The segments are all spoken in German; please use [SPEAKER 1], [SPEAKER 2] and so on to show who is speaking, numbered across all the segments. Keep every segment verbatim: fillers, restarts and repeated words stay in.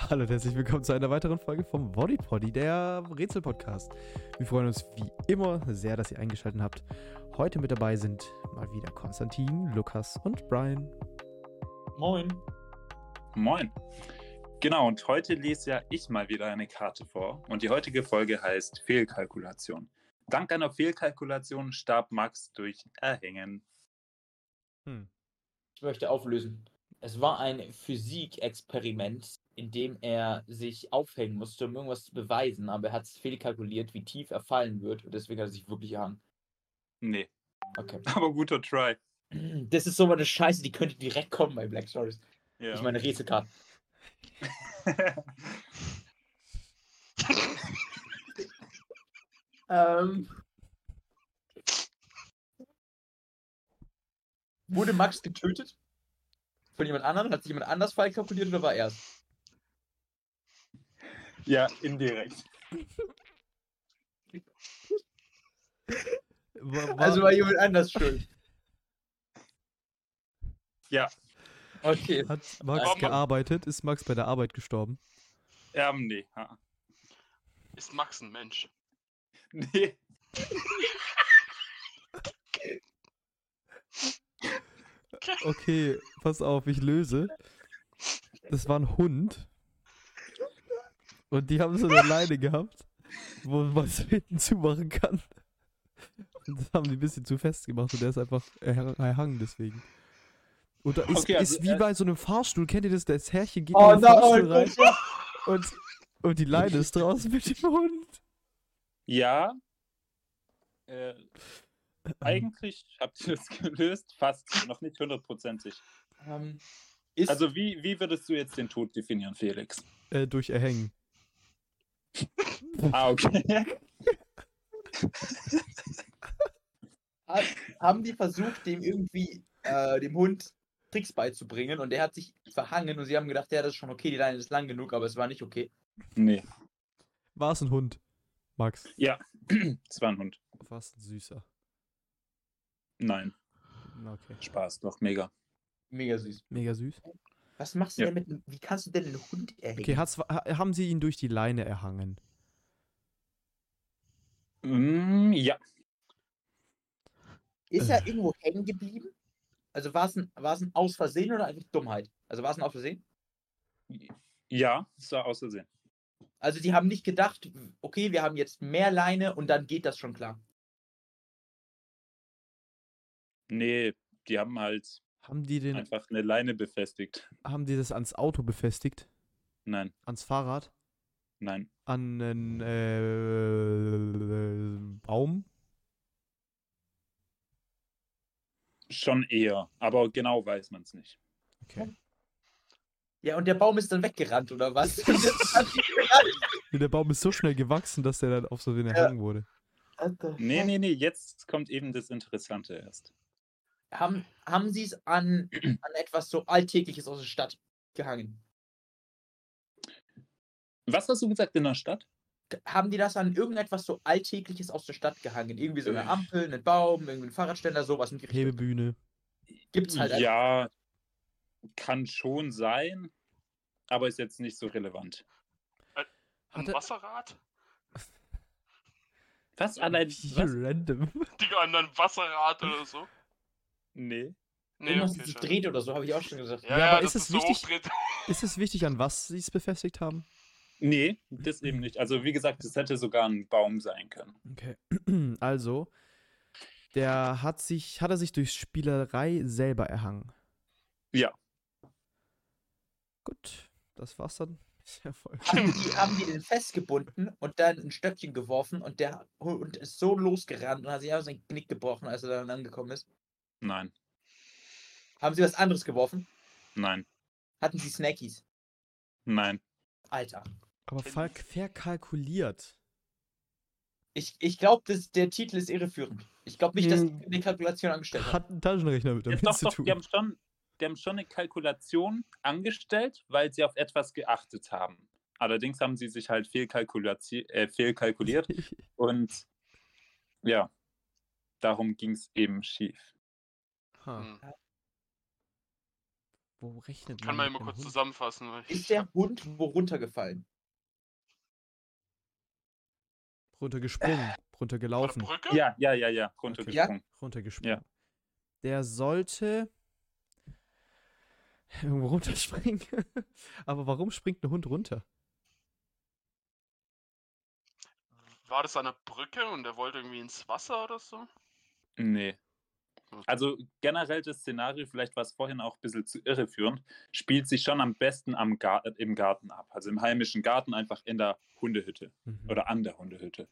[SPEAKER 1] Hallo und herzlich willkommen zu einer weiteren Folge vom Bodypoddy, der Rätsel-Podcast. Wir freuen uns wie immer sehr, dass ihr eingeschaltet habt. Heute mit dabei sind mal wieder Konstantin, Lukas und Brian.
[SPEAKER 2] Moin.
[SPEAKER 3] Moin. Genau, und heute lese ja ich mal wieder eine Karte vor. Und die heutige Folge heißt Fehlkalkulation. Dank einer Fehlkalkulation starb Max durch Erhängen.
[SPEAKER 2] Hm. Ich möchte auflösen. Es war ein Physikexperiment, in dem er sich aufhängen musste, um irgendwas zu beweisen, aber er hat es fehlkalkuliert, wie tief er fallen wird, und deswegen hat er sich wirklich erhangen.
[SPEAKER 3] Nee.
[SPEAKER 2] Okay.
[SPEAKER 3] Aber guter Try.
[SPEAKER 2] Das ist so eine Scheiße, die könnte direkt kommen bei Black Stories.
[SPEAKER 3] Ja.
[SPEAKER 2] Ich meine Rätselkarten. ähm. Wurde Max getötet? Von jemand anderem? Hat sich jemand anders falsch kalkuliert oder war er es?
[SPEAKER 3] Ja, indirekt.
[SPEAKER 1] War,
[SPEAKER 2] Also war jemand anders schuld.
[SPEAKER 3] Ja.
[SPEAKER 2] Okay.
[SPEAKER 1] Hat Max
[SPEAKER 4] Aber-
[SPEAKER 1] gearbeitet? Ist Max bei der Arbeit gestorben?
[SPEAKER 3] Ähm, nee. Ha.
[SPEAKER 4] Ist Max ein Mensch?
[SPEAKER 3] Nee.
[SPEAKER 1] Okay, pass auf, ich löse. Das war ein Hund. Und die haben so eine Leine gehabt, wo man es hinten zumachen kann. Und das haben die ein bisschen zu fest gemacht und der ist einfach erh- erhangen deswegen. Und da ist,
[SPEAKER 3] Okay, also
[SPEAKER 1] ist wie
[SPEAKER 3] er-
[SPEAKER 1] bei so einem Fahrstuhl, kennt ihr das? Das Herrchen geht
[SPEAKER 2] Oh
[SPEAKER 1] in den Fahrstuhl
[SPEAKER 2] nein,
[SPEAKER 1] rein und, und die Leine ist draußen mit dem Hund.
[SPEAKER 3] Ja. Äh, eigentlich habt ihr es gelöst. Fast. Noch nicht hundertprozentig.
[SPEAKER 2] Ähm, ist
[SPEAKER 3] Also wie, wie würdest du jetzt den Tod definieren, Felix?
[SPEAKER 1] Äh, durch Erhängen.
[SPEAKER 3] Ah, okay.
[SPEAKER 2] Hat, haben die versucht, dem irgendwie, äh, dem Hund Tricks beizubringen und der hat sich verhangen und sie haben gedacht, ja, das ist schon okay, die Leine ist lang genug, aber es war nicht okay.
[SPEAKER 3] Nee.
[SPEAKER 1] War es ein Hund, Max?
[SPEAKER 3] Ja. Es war ein Hund.
[SPEAKER 1] War es ein süßer?
[SPEAKER 3] Nein.
[SPEAKER 1] Okay.
[SPEAKER 3] Spaß, doch mega.
[SPEAKER 2] Mega süß.
[SPEAKER 1] Mega süß.
[SPEAKER 2] Was machst du
[SPEAKER 3] Ja.
[SPEAKER 2] denn mit einem, wie kannst du denn einen Hund erhängen?
[SPEAKER 1] Okay, hat's, ha- haben sie ihn durch die Leine erhangen?
[SPEAKER 3] Mm, ja.
[SPEAKER 2] Ist
[SPEAKER 1] Äh.
[SPEAKER 2] er irgendwo hängen geblieben? Also war es ein, war es ein Aus Versehen oder einfach Dummheit? Also war es ein Aus Versehen?
[SPEAKER 3] Ja, es war aus Versehen.
[SPEAKER 2] Also die haben nicht gedacht, okay, wir haben jetzt mehr Leine und dann geht das schon klar.
[SPEAKER 3] Nee, die haben halt
[SPEAKER 1] Haben die, den,
[SPEAKER 3] einfach eine Leine befestigt.
[SPEAKER 1] haben die das ans Auto befestigt?
[SPEAKER 3] Nein,
[SPEAKER 1] Ans Fahrrad?
[SPEAKER 3] nein.
[SPEAKER 1] An einen äh, Baum?
[SPEAKER 3] Schon eher, aber genau weiß man es nicht.
[SPEAKER 1] Okay.
[SPEAKER 2] Ja, und der Baum ist dann weggerannt, oder was? Und das hat nicht gerannt.
[SPEAKER 1] Nee, der Baum ist so schnell gewachsen, dass der dann auf so den erhangen wurde.
[SPEAKER 2] Alter.
[SPEAKER 3] Nee, nee, nee, jetzt kommt eben das Interessante erst.
[SPEAKER 2] Haben, haben sie es an, an etwas so Alltägliches aus der Stadt gehangen?
[SPEAKER 3] Was hast du gesagt in der Stadt?
[SPEAKER 2] Haben die das an irgendetwas so Alltägliches aus der Stadt gehangen? Irgendwie so eine
[SPEAKER 3] Äh.
[SPEAKER 2] Ampel, einen Baum, irgendwie ein Fahrradständer, sowas in die Richtung.
[SPEAKER 1] Hebebühne.
[SPEAKER 2] Gibt's halt einfach.
[SPEAKER 3] Ja, kann schon sein, aber ist jetzt nicht so relevant.
[SPEAKER 4] Ein
[SPEAKER 1] Hatte-
[SPEAKER 4] Wasserrad?
[SPEAKER 3] Was? Allein
[SPEAKER 1] Wie
[SPEAKER 3] was?
[SPEAKER 1] random.
[SPEAKER 4] Digga, an ein Wasserrad oder so?
[SPEAKER 3] Nee.
[SPEAKER 4] Nee,
[SPEAKER 2] Irgendwas,
[SPEAKER 4] okay,
[SPEAKER 2] das sich
[SPEAKER 4] schade.
[SPEAKER 2] dreht oder so, habe ich auch schon gesagt.
[SPEAKER 4] Ja,
[SPEAKER 1] Ja,
[SPEAKER 4] ja,
[SPEAKER 1] aber
[SPEAKER 4] dass
[SPEAKER 1] ist es
[SPEAKER 4] so
[SPEAKER 1] wichtig-
[SPEAKER 4] hochdreht.
[SPEAKER 1] Ist es wichtig, an was sie es befestigt haben?
[SPEAKER 3] Nee, das eben nicht. Also wie gesagt, es hätte sogar ein Baum sein können.
[SPEAKER 1] Okay. Also, der hat sich, hat er sich durch Spielerei selber erhangen.
[SPEAKER 3] Ja.
[SPEAKER 1] Gut, das war's dann. Sehr voll.
[SPEAKER 2] Haben die, haben die den festgebunden und dann ein Stöckchen geworfen und der Hund ist so losgerannt und hat sich einfach sein Knick gebrochen, als er dann angekommen ist.
[SPEAKER 3] Nein.
[SPEAKER 2] Haben sie was anderes geworfen?
[SPEAKER 3] Nein.
[SPEAKER 2] Hatten sie Snackies?
[SPEAKER 3] Nein.
[SPEAKER 2] Alter.
[SPEAKER 1] Aber ver verkalkuliert.
[SPEAKER 2] Ich, ich glaube, der Titel ist irreführend. Ich glaube nicht, dass
[SPEAKER 3] Hm.
[SPEAKER 2] die eine Kalkulation angestellt haben.
[SPEAKER 1] Hat einen Taschenrechner mit
[SPEAKER 3] Ja,
[SPEAKER 1] damit
[SPEAKER 3] doch,
[SPEAKER 1] zu
[SPEAKER 3] doch,
[SPEAKER 1] tun.
[SPEAKER 3] die haben, schon, die haben schon eine Kalkulation angestellt, weil sie auf etwas geachtet haben. Allerdings haben sie sich halt fehlkalkulati- äh, fehlkalkuliert und ja, darum ging es eben schief.
[SPEAKER 1] Ha.
[SPEAKER 4] Hm.
[SPEAKER 1] wo rechnet
[SPEAKER 4] Kann
[SPEAKER 1] man
[SPEAKER 4] man
[SPEAKER 1] mit
[SPEAKER 4] immer
[SPEAKER 1] einem
[SPEAKER 4] kurz
[SPEAKER 1] Hund?
[SPEAKER 4] zusammenfassen. Weil
[SPEAKER 2] Ist
[SPEAKER 4] ich
[SPEAKER 2] der
[SPEAKER 4] hab,
[SPEAKER 2] Hund wo runtergefallen?
[SPEAKER 1] Runtergesprungen,
[SPEAKER 4] von der
[SPEAKER 1] runtergelaufen,
[SPEAKER 4] Brücke?
[SPEAKER 3] Ja, ja, ja, ja. Runtergesprungen.
[SPEAKER 1] runtergesprungen. Der sollte irgendwo runterspringen. Aber warum springt ein Hund runter?
[SPEAKER 4] War das an der Brücke und er wollte irgendwie ins Wasser oder so?
[SPEAKER 3] Nee.
[SPEAKER 4] Okay.
[SPEAKER 3] Also generell das Szenario, vielleicht war es vorhin auch ein bisschen zu irreführend, spielt sich schon am besten am Gar im Garten ab. Also im heimischen Garten, einfach in der Hundehütte.
[SPEAKER 1] Mhm.
[SPEAKER 3] Oder an der Hundehütte.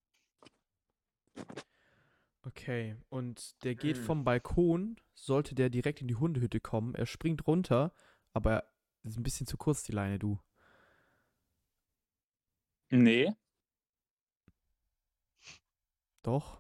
[SPEAKER 1] Okay, und der geht
[SPEAKER 2] Hm.
[SPEAKER 1] vom Balkon, sollte der direkt in die Hundehütte kommen. Er springt runter, aber er ist ein bisschen zu kurz, die Leine, du.
[SPEAKER 3] Nee.
[SPEAKER 1] Doch.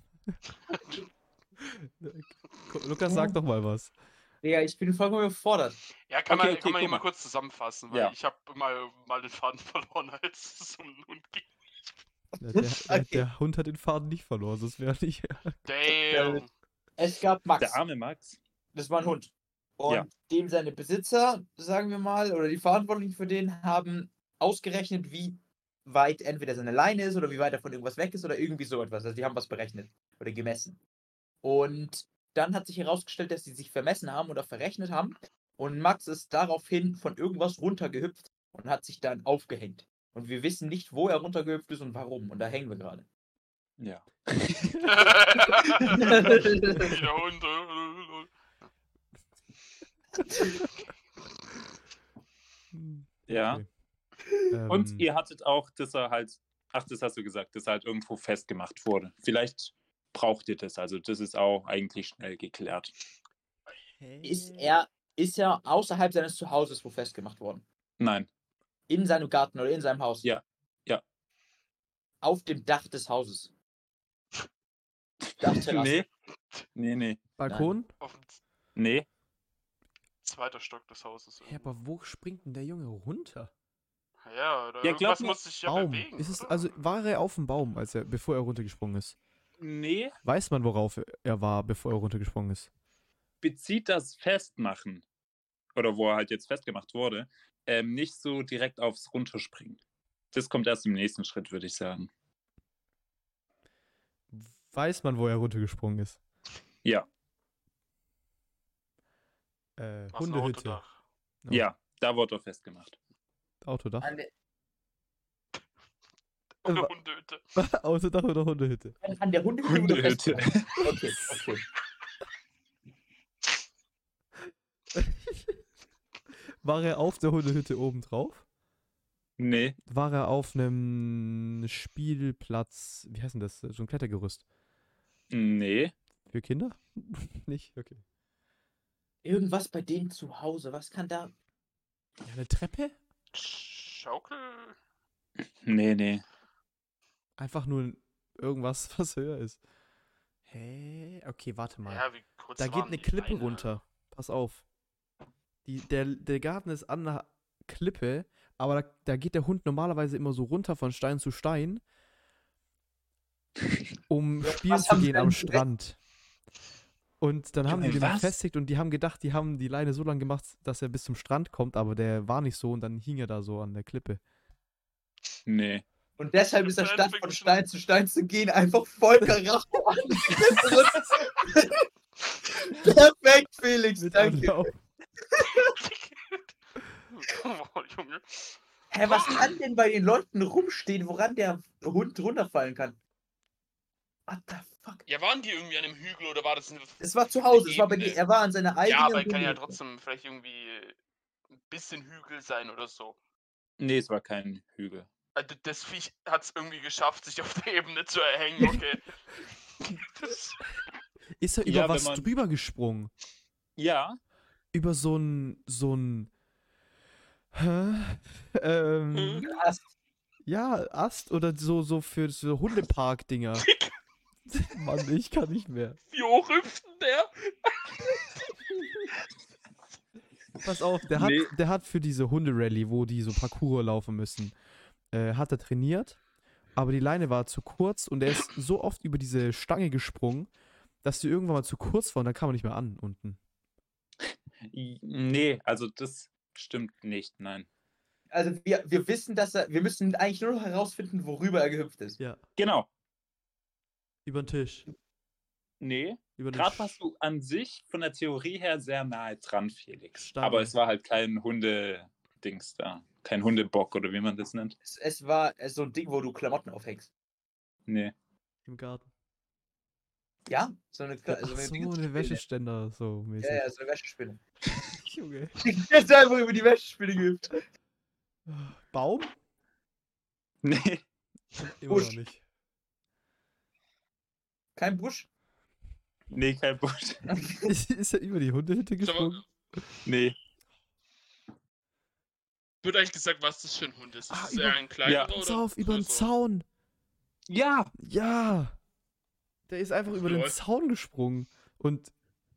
[SPEAKER 1] Lukas, sag doch mal was.
[SPEAKER 2] Digga, ich bin vollkommen überfordert.
[SPEAKER 4] Ja, kann
[SPEAKER 3] Okay,
[SPEAKER 4] man,
[SPEAKER 3] okay,
[SPEAKER 4] kann man
[SPEAKER 3] guck
[SPEAKER 4] hier mal
[SPEAKER 3] mal.
[SPEAKER 4] kurz zusammenfassen, weil
[SPEAKER 3] Ja.
[SPEAKER 4] ich habe mal, mal den Faden verloren, als es um einen Hund ging.
[SPEAKER 1] Der, der, der,
[SPEAKER 2] Okay.
[SPEAKER 1] der Hund hat den Faden nicht verloren, sonst wäre nicht.
[SPEAKER 4] Damn.
[SPEAKER 2] Es gab Max.
[SPEAKER 3] Der arme Max.
[SPEAKER 2] Das war ein Hund. Und
[SPEAKER 3] Ja.
[SPEAKER 2] dem seine Besitzer, sagen wir mal, oder die Verantwortlichen für den, haben ausgerechnet, wie weit entweder seine Leine ist oder wie weit er von irgendwas weg ist oder irgendwie so etwas. Also die haben was berechnet oder gemessen. Und dann hat sich herausgestellt, dass sie sich vermessen haben oder verrechnet haben. Und Max ist daraufhin von irgendwas runtergehüpft und hat sich dann aufgehängt. Und wir wissen nicht, wo er runtergehüpft ist und warum. Und da hängen wir gerade.
[SPEAKER 3] Ja.
[SPEAKER 4] Wieder Hund.
[SPEAKER 3] Ja.
[SPEAKER 1] Okay.
[SPEAKER 3] Und
[SPEAKER 1] Ähm,
[SPEAKER 3] ihr hattet auch, dass er halt, ach, das hast du gesagt, dass er halt irgendwo festgemacht wurde. Vielleicht braucht ihr das, also das ist auch eigentlich schnell geklärt.
[SPEAKER 2] Ist er, ist er außerhalb seines Zuhauses wo festgemacht worden?
[SPEAKER 3] Nein.
[SPEAKER 2] In seinem Garten oder in seinem Haus?
[SPEAKER 3] Ja. Ja.
[SPEAKER 2] Auf dem Dach des Hauses. Dachterrasse.
[SPEAKER 3] Nee. Nee, nee.
[SPEAKER 1] Balkon?
[SPEAKER 4] Auf dem z-
[SPEAKER 3] Nee.
[SPEAKER 4] zweiter Stock des Hauses.
[SPEAKER 1] Ja, aber wo springt denn der Junge runter?
[SPEAKER 4] Ja, oder
[SPEAKER 3] Ja, glaub
[SPEAKER 4] irgendwas
[SPEAKER 3] mir-
[SPEAKER 4] muss sich ja
[SPEAKER 1] Baum.
[SPEAKER 4] bewegen.
[SPEAKER 1] Ist es,
[SPEAKER 4] oder?
[SPEAKER 1] also war er auf dem Baum, als er, bevor er runtergesprungen ist?
[SPEAKER 3] Nee.
[SPEAKER 1] Weiß man, worauf er war, bevor er runtergesprungen ist?
[SPEAKER 3] Bezieht das Festmachen, oder wo er halt jetzt festgemacht wurde, ähm, nicht so direkt aufs Runterspringen. Das kommt erst im nächsten Schritt, würde ich sagen.
[SPEAKER 1] Weiß man, wo er runtergesprungen ist?
[SPEAKER 3] Ja.
[SPEAKER 1] Äh,
[SPEAKER 4] Was, ein
[SPEAKER 1] Hundehütte.
[SPEAKER 4] Autodach?
[SPEAKER 1] Ja.
[SPEAKER 3] Ja, da wurde er festgemacht.
[SPEAKER 1] Autodach.
[SPEAKER 2] An der,
[SPEAKER 4] Oder
[SPEAKER 1] wa-
[SPEAKER 4] Hundehütte.
[SPEAKER 1] Autodach oder Hundehütte?
[SPEAKER 2] an der Hundehütte. wurde
[SPEAKER 3] Hundehütte.
[SPEAKER 2] festgemacht. Okay, okay.
[SPEAKER 1] War er auf der Hundehütte oben drauf?
[SPEAKER 3] Nee.
[SPEAKER 1] War er auf einem Spielplatz, wie heißt denn das? So ein Klettergerüst.
[SPEAKER 3] Nee.
[SPEAKER 1] Für Kinder? Nicht? Okay.
[SPEAKER 2] Irgendwas bei denen zu Hause. Was kann da.
[SPEAKER 1] Ja, eine Treppe?
[SPEAKER 4] Schaukel?
[SPEAKER 3] Nee, nee.
[SPEAKER 1] Einfach nur irgendwas, was höher ist. Hä? Okay, warte mal.
[SPEAKER 4] Ja, wie kurz
[SPEAKER 1] Da geht
[SPEAKER 4] waren
[SPEAKER 1] eine
[SPEAKER 4] die
[SPEAKER 1] Klippe
[SPEAKER 4] Beine?
[SPEAKER 1] runter. Pass auf. Die, der, der Garten ist an der Klippe, aber da, da geht der Hund normalerweise immer so runter von Stein zu Stein, um
[SPEAKER 2] Ja,
[SPEAKER 1] spielen
[SPEAKER 2] was
[SPEAKER 1] zu
[SPEAKER 2] haben
[SPEAKER 1] gehen
[SPEAKER 2] die
[SPEAKER 1] am
[SPEAKER 2] denn
[SPEAKER 1] Strand. Und dann haben die
[SPEAKER 3] Junge,
[SPEAKER 1] den
[SPEAKER 3] was?
[SPEAKER 1] befestigt und die haben gedacht, die haben die Leine so lang gemacht, dass er bis zum Strand kommt, aber der war nicht so und dann hing er da so an der Klippe.
[SPEAKER 3] Nee.
[SPEAKER 2] Und deshalb ist er
[SPEAKER 4] Fan
[SPEAKER 2] statt von
[SPEAKER 4] Fiction.
[SPEAKER 2] Stein zu Stein zu gehen, einfach Volker Racho an. Perfekt, Felix,
[SPEAKER 1] Mit
[SPEAKER 2] danke.
[SPEAKER 1] Anlauf.
[SPEAKER 4] Oh, Junge.
[SPEAKER 2] Hä, was kann denn bei den Leuten rumstehen, woran der Hund runterfallen kann? What the fuck?
[SPEAKER 4] Ja, waren die irgendwie an einem Hügel oder war das eine...
[SPEAKER 2] Es war zu Hause, es war bei
[SPEAKER 4] Ebene?
[SPEAKER 2] dir, er war an seiner eigenen
[SPEAKER 4] Ja, aber kann ja
[SPEAKER 2] Hundehütte.
[SPEAKER 4] trotzdem vielleicht irgendwie ein bisschen Hügel sein oder so.
[SPEAKER 3] Nee, es war kein Hügel.
[SPEAKER 4] Also das Viech hat es irgendwie geschafft, sich auf der Ebene zu erhängen, okay. Das,
[SPEAKER 1] Ist er über
[SPEAKER 3] Ja, wenn
[SPEAKER 1] was
[SPEAKER 3] man-
[SPEAKER 1] drüber gesprungen?
[SPEAKER 3] Ja.
[SPEAKER 1] Über so ein, so ein, hä? ähm,
[SPEAKER 2] Ast.
[SPEAKER 1] ja, Ast oder so, so für so Hundepark-Dinger. Mann, ich kann nicht mehr.
[SPEAKER 4] wie hoch hüpft denn der?
[SPEAKER 1] Pass auf, der hat,
[SPEAKER 3] Nee.
[SPEAKER 1] der hat für diese Hunderallye, wo die so Parcours laufen müssen, äh, hat er trainiert, aber die Leine war zu kurz und er ist so oft über diese Stange gesprungen, dass die irgendwann mal zu kurz war und dann kam er nicht mehr an unten.
[SPEAKER 3] I- Nee, also das stimmt nicht, nein.
[SPEAKER 2] Also wir, wir wissen, dass er. Wir müssen eigentlich nur noch herausfinden, worüber er gehüpft ist.
[SPEAKER 1] Ja,
[SPEAKER 3] Genau.
[SPEAKER 1] über den Tisch.
[SPEAKER 3] Nee.
[SPEAKER 1] Über den
[SPEAKER 3] Gerade
[SPEAKER 1] Sch-
[SPEAKER 3] warst du an sich von der Theorie her sehr nahe dran, Felix.
[SPEAKER 1] Stange.
[SPEAKER 3] Aber es war halt kein Hunde-Dings da. Kein Hundebock oder wie man das nennt.
[SPEAKER 2] Es, es war äh, so ein Ding, wo du Klamotten aufhängst.
[SPEAKER 3] Nee.
[SPEAKER 1] im Garten.
[SPEAKER 2] Ja? So eine,
[SPEAKER 1] Ja,
[SPEAKER 2] Kla- so
[SPEAKER 1] ach
[SPEAKER 2] eine,
[SPEAKER 1] so,
[SPEAKER 2] Dings-
[SPEAKER 1] eine Wäscheständer, so mäßig.
[SPEAKER 2] Ja, ja, so eine Wäschespinne.
[SPEAKER 1] Junge.
[SPEAKER 2] Der ist einfach über die Wäschespinne gehüpft.
[SPEAKER 1] Baum?
[SPEAKER 3] Nee.
[SPEAKER 1] Immer
[SPEAKER 2] Busch.
[SPEAKER 1] noch nicht.
[SPEAKER 2] Kein Busch?
[SPEAKER 3] Nee, kein Busch.
[SPEAKER 1] Ist, ist er über die Hundehütte
[SPEAKER 4] Sag mal,
[SPEAKER 1] gesprungen?
[SPEAKER 3] Nee.
[SPEAKER 4] wird eigentlich gesagt, was das für ein Hund ist. Ist
[SPEAKER 1] Ah,
[SPEAKER 4] es
[SPEAKER 1] über-
[SPEAKER 4] eher ein kleinerer
[SPEAKER 3] Ja.
[SPEAKER 4] oder
[SPEAKER 1] Pass auf, über den
[SPEAKER 4] größerer?
[SPEAKER 1] Zaun.
[SPEAKER 3] Ja.
[SPEAKER 1] Ja. Der ist einfach über den
[SPEAKER 4] Lol.
[SPEAKER 1] Zaun gesprungen. Und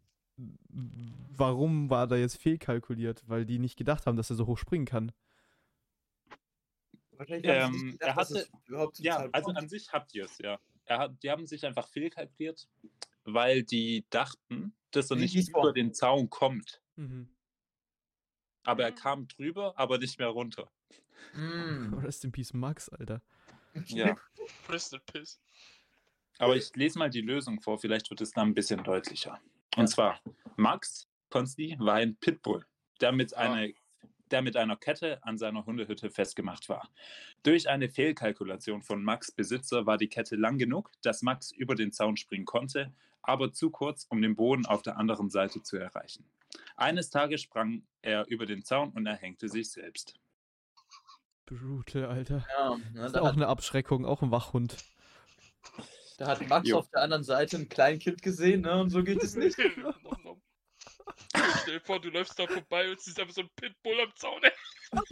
[SPEAKER 1] warum war da jetzt fehlkalkuliert? Weil die nicht gedacht haben, dass er so hoch springen kann.
[SPEAKER 2] Wahrscheinlich haben sie
[SPEAKER 3] Ähm,
[SPEAKER 2] nicht gedacht,
[SPEAKER 3] er
[SPEAKER 2] dass
[SPEAKER 3] hatte-
[SPEAKER 2] es überhaupt zum
[SPEAKER 3] Ja,
[SPEAKER 2] Zaun
[SPEAKER 3] also
[SPEAKER 2] kommt.
[SPEAKER 3] an sich habt ihr es, ja. Er hat, die haben sich einfach fehlkalkuliert, weil die dachten, dass er
[SPEAKER 2] Wie
[SPEAKER 3] nicht
[SPEAKER 2] hieß
[SPEAKER 3] über
[SPEAKER 2] vor?
[SPEAKER 3] den Zaun kommt.
[SPEAKER 1] Mhm.
[SPEAKER 3] Aber er
[SPEAKER 4] Mhm.
[SPEAKER 3] kam drüber, aber nicht mehr runter.
[SPEAKER 2] Mm.
[SPEAKER 1] Rest in Peace Max, Alter.
[SPEAKER 3] Ja.
[SPEAKER 4] Frisst den Piss.
[SPEAKER 3] Aber ich lese mal die Lösung vor, vielleicht wird es dann ein bisschen deutlicher. Und
[SPEAKER 2] Ja.
[SPEAKER 3] zwar, Max Konsti war ein Pitbull, der mit,
[SPEAKER 4] Ah.
[SPEAKER 3] einer, der mit einer Kette an seiner Hundehütte festgemacht war. Durch eine Fehlkalkulation von Max' Besitzer war die Kette lang genug, dass Max über den Zaun springen konnte, aber zu kurz, um den Boden auf der anderen Seite zu erreichen. Eines Tages sprang er über den Zaun und erhängte sich selbst.
[SPEAKER 1] Brutal, Alter.
[SPEAKER 2] Ja, ne,
[SPEAKER 1] Das ist
[SPEAKER 2] da,
[SPEAKER 1] auch
[SPEAKER 2] hat,
[SPEAKER 1] eine Abschreckung, auch ein Wachhund.
[SPEAKER 2] da hat Max
[SPEAKER 3] Jo.
[SPEAKER 2] auf der anderen Seite ein Kleinkind gesehen, ne? Und so geht es nicht.
[SPEAKER 4] Stell dir vor, du läufst da vorbei und siehst einfach so ein Pitbull am Zaun. Ey,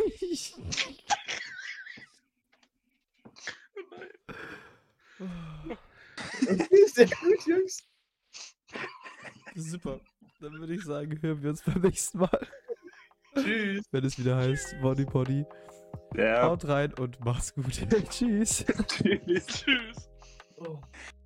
[SPEAKER 4] nein.
[SPEAKER 2] Okay, sehr gut, Jungs.
[SPEAKER 1] Super. Dann würde ich sagen, hören wir uns beim nächsten Mal,
[SPEAKER 2] Tschüss.
[SPEAKER 1] wenn es wieder heißt Body Body.
[SPEAKER 3] Ja,
[SPEAKER 1] Haut rein und macht's gut. Tschüss.
[SPEAKER 3] tschüss.
[SPEAKER 4] Tschüss.
[SPEAKER 2] Oh.